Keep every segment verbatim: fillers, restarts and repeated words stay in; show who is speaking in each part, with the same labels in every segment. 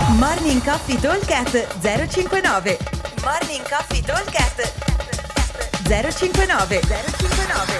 Speaker 1: Morning Coffee Talkcast zero cinquantanove. Morning Coffee Talkcast zero cinquantanove. zero cinquantanove.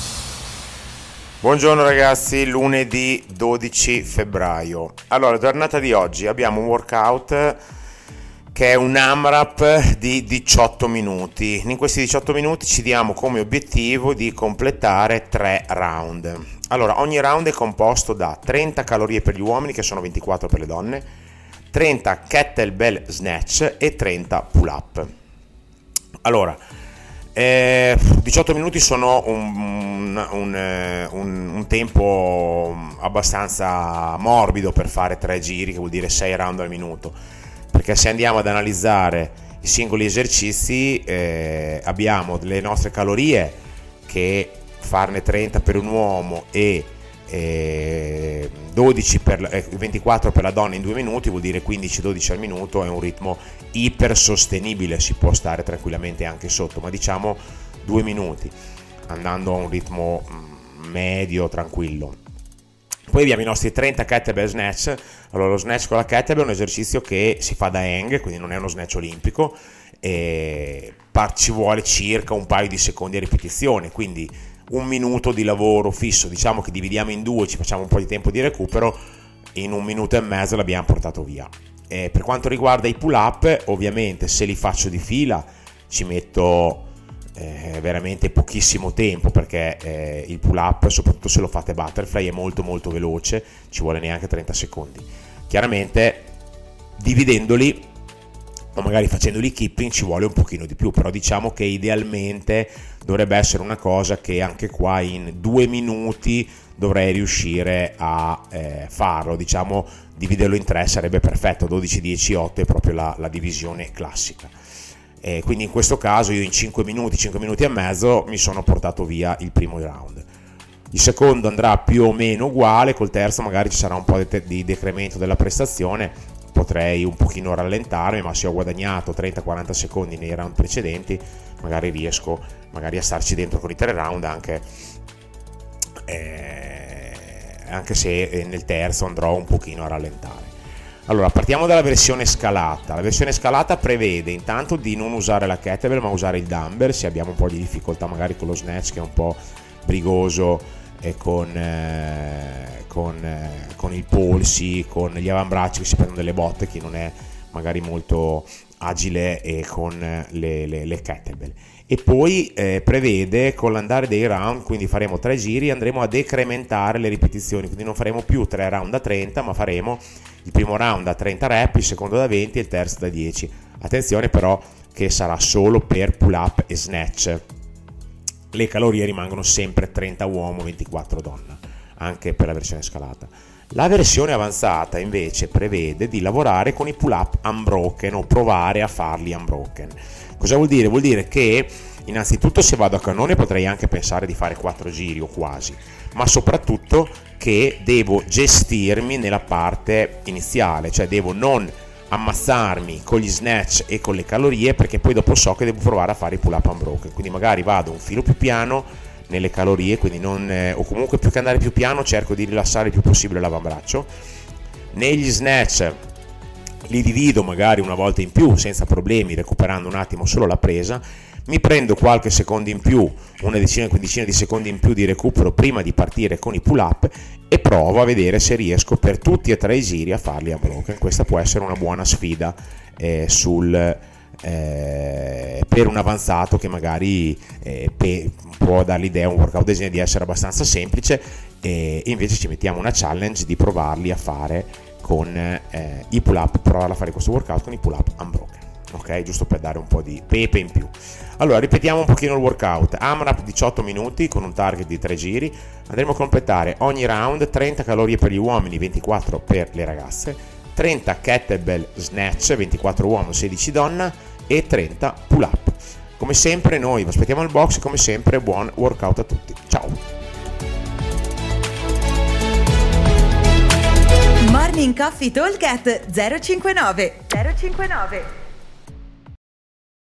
Speaker 2: Buongiorno ragazzi, lunedì dodici febbraio. Allora, giornata di oggi abbiamo un workout che è un AMRAP di diciotto minuti. In questi diciotto minuti ci diamo come obiettivo di completare tre round. Allora, ogni round è composto da trenta calorie per gli uomini, che sono ventiquattro per le donne, trenta kettlebell snatch e trenta pull up. Allora, eh, diciotto minuti sono un, un, un, un tempo abbastanza morbido per fare tre giri, che vuol dire sei round al minuto, perché se andiamo ad analizzare i singoli esercizi eh, abbiamo le nostre calorie, che farne trenta per un uomo e eh, dodici per, eh, ventiquattro per la donna in due minuti vuol dire quindici dodici al minuto. È un ritmo iper sostenibile, si può stare tranquillamente anche sotto, ma diciamo due minuti andando a un ritmo mh, medio tranquillo. Poi abbiamo i nostri trenta kettlebell snatch. Allora, lo snatch con la kettlebell è un esercizio che si fa da hang, quindi non è uno snatch olimpico, e ci vuole circa un paio di secondi a ripetizione, quindi un minuto di lavoro fisso. Diciamo che dividiamo in due, ci facciamo un po' di tempo di recupero, in un minuto e mezzo l'abbiamo portato via. E per quanto riguarda i pull up, ovviamente se li faccio di fila ci metto eh, veramente pochissimo tempo, perché eh, il pull up, soprattutto se lo fate butterfly, è molto molto veloce, ci vuole neanche trenta secondi. Chiaramente dividendoli o magari facendoli keeping ci vuole un pochino di più, però diciamo che idealmente dovrebbe essere una cosa che anche qua in due minuti dovrei riuscire a eh, farlo. Diciamo, dividerlo in tre sarebbe perfetto, dodici dieci otto è proprio la, la divisione classica. E quindi in questo caso io in cinque minuti, cinque minuti e mezzo mi sono portato via il primo round. Il secondo andrà più o meno uguale, col terzo magari ci sarà un po' di, di decremento della prestazione, potrei un pochino rallentarmi, ma se ho guadagnato trenta quaranta secondi nei round precedenti magari riesco magari a starci dentro con i tre round, anche, eh, anche se nel terzo andrò un pochino a rallentare. Allora, partiamo dalla versione scalata. La versione scalata prevede intanto di non usare la kettlebell ma usare il dumbbell, se abbiamo un po' di difficoltà magari con lo snatch, che è un po' brigoso, e con, eh, con, eh, con il polsi, con gli avambracci che si prendono delle botte, chi non è magari molto agile, e con le, le, le kettlebell. E poi eh, prevede con l'andare dei round, quindi faremo tre giri, andremo a decrementare le ripetizioni, quindi non faremo più tre round da trenta, ma faremo il primo round da trenta rep, il secondo da venti e il terzo da dieci. Attenzione però che sarà solo per pull up e snatch. Le calorie rimangono sempre trenta uomo, ventiquattro donna, anche per la versione scalata. La versione avanzata invece prevede di lavorare con i pull up unbroken, o provare a farli unbroken. Cosa vuol dire? Vuol dire che innanzitutto, se vado a cannone, potrei anche pensare di fare quattro giri o quasi, ma soprattutto che devo gestirmi nella parte iniziale, cioè devo non ammazzarmi con gli snatch e con le calorie, perché poi dopo so che devo provare a fare i pull up unbroken. Quindi magari vado un filo più piano nelle calorie, quindi non, eh, o comunque più che andare più piano cerco di rilassare il più possibile l'avambraccio. Negli snatch li divido magari una volta in più senza problemi, recuperando un attimo solo la presa. Mi prendo qualche secondo in più, una decina, quindicina di secondi in più di recupero prima di partire con i pull up, e provo a vedere se riesco per tutti e tre i giri a farli unbroken. Questa può essere una buona sfida eh, sul, eh, per un avanzato che magari eh, pe, può dar l'idea, un workout design di essere abbastanza semplice, e invece ci mettiamo una challenge di provarli a fare con eh, i pull up, provare a fare questo workout con i pull up unbroken. Ok, giusto per dare un po' di pepe in più. Allora, ripetiamo un pochino il workout. AMRAP diciotto minuti con un target di tre giri. Andremo a completare ogni round trenta calorie per gli uomini, ventiquattro per le ragazze, trenta kettlebell snatch, ventiquattro uomo, sedici donna, e trenta pull up. Come sempre noi vi aspettiamo al box, come sempre buon workout a tutti. Ciao.
Speaker 1: Morning Coffee Talkcast zero cinquantanove. zero cinquantanove.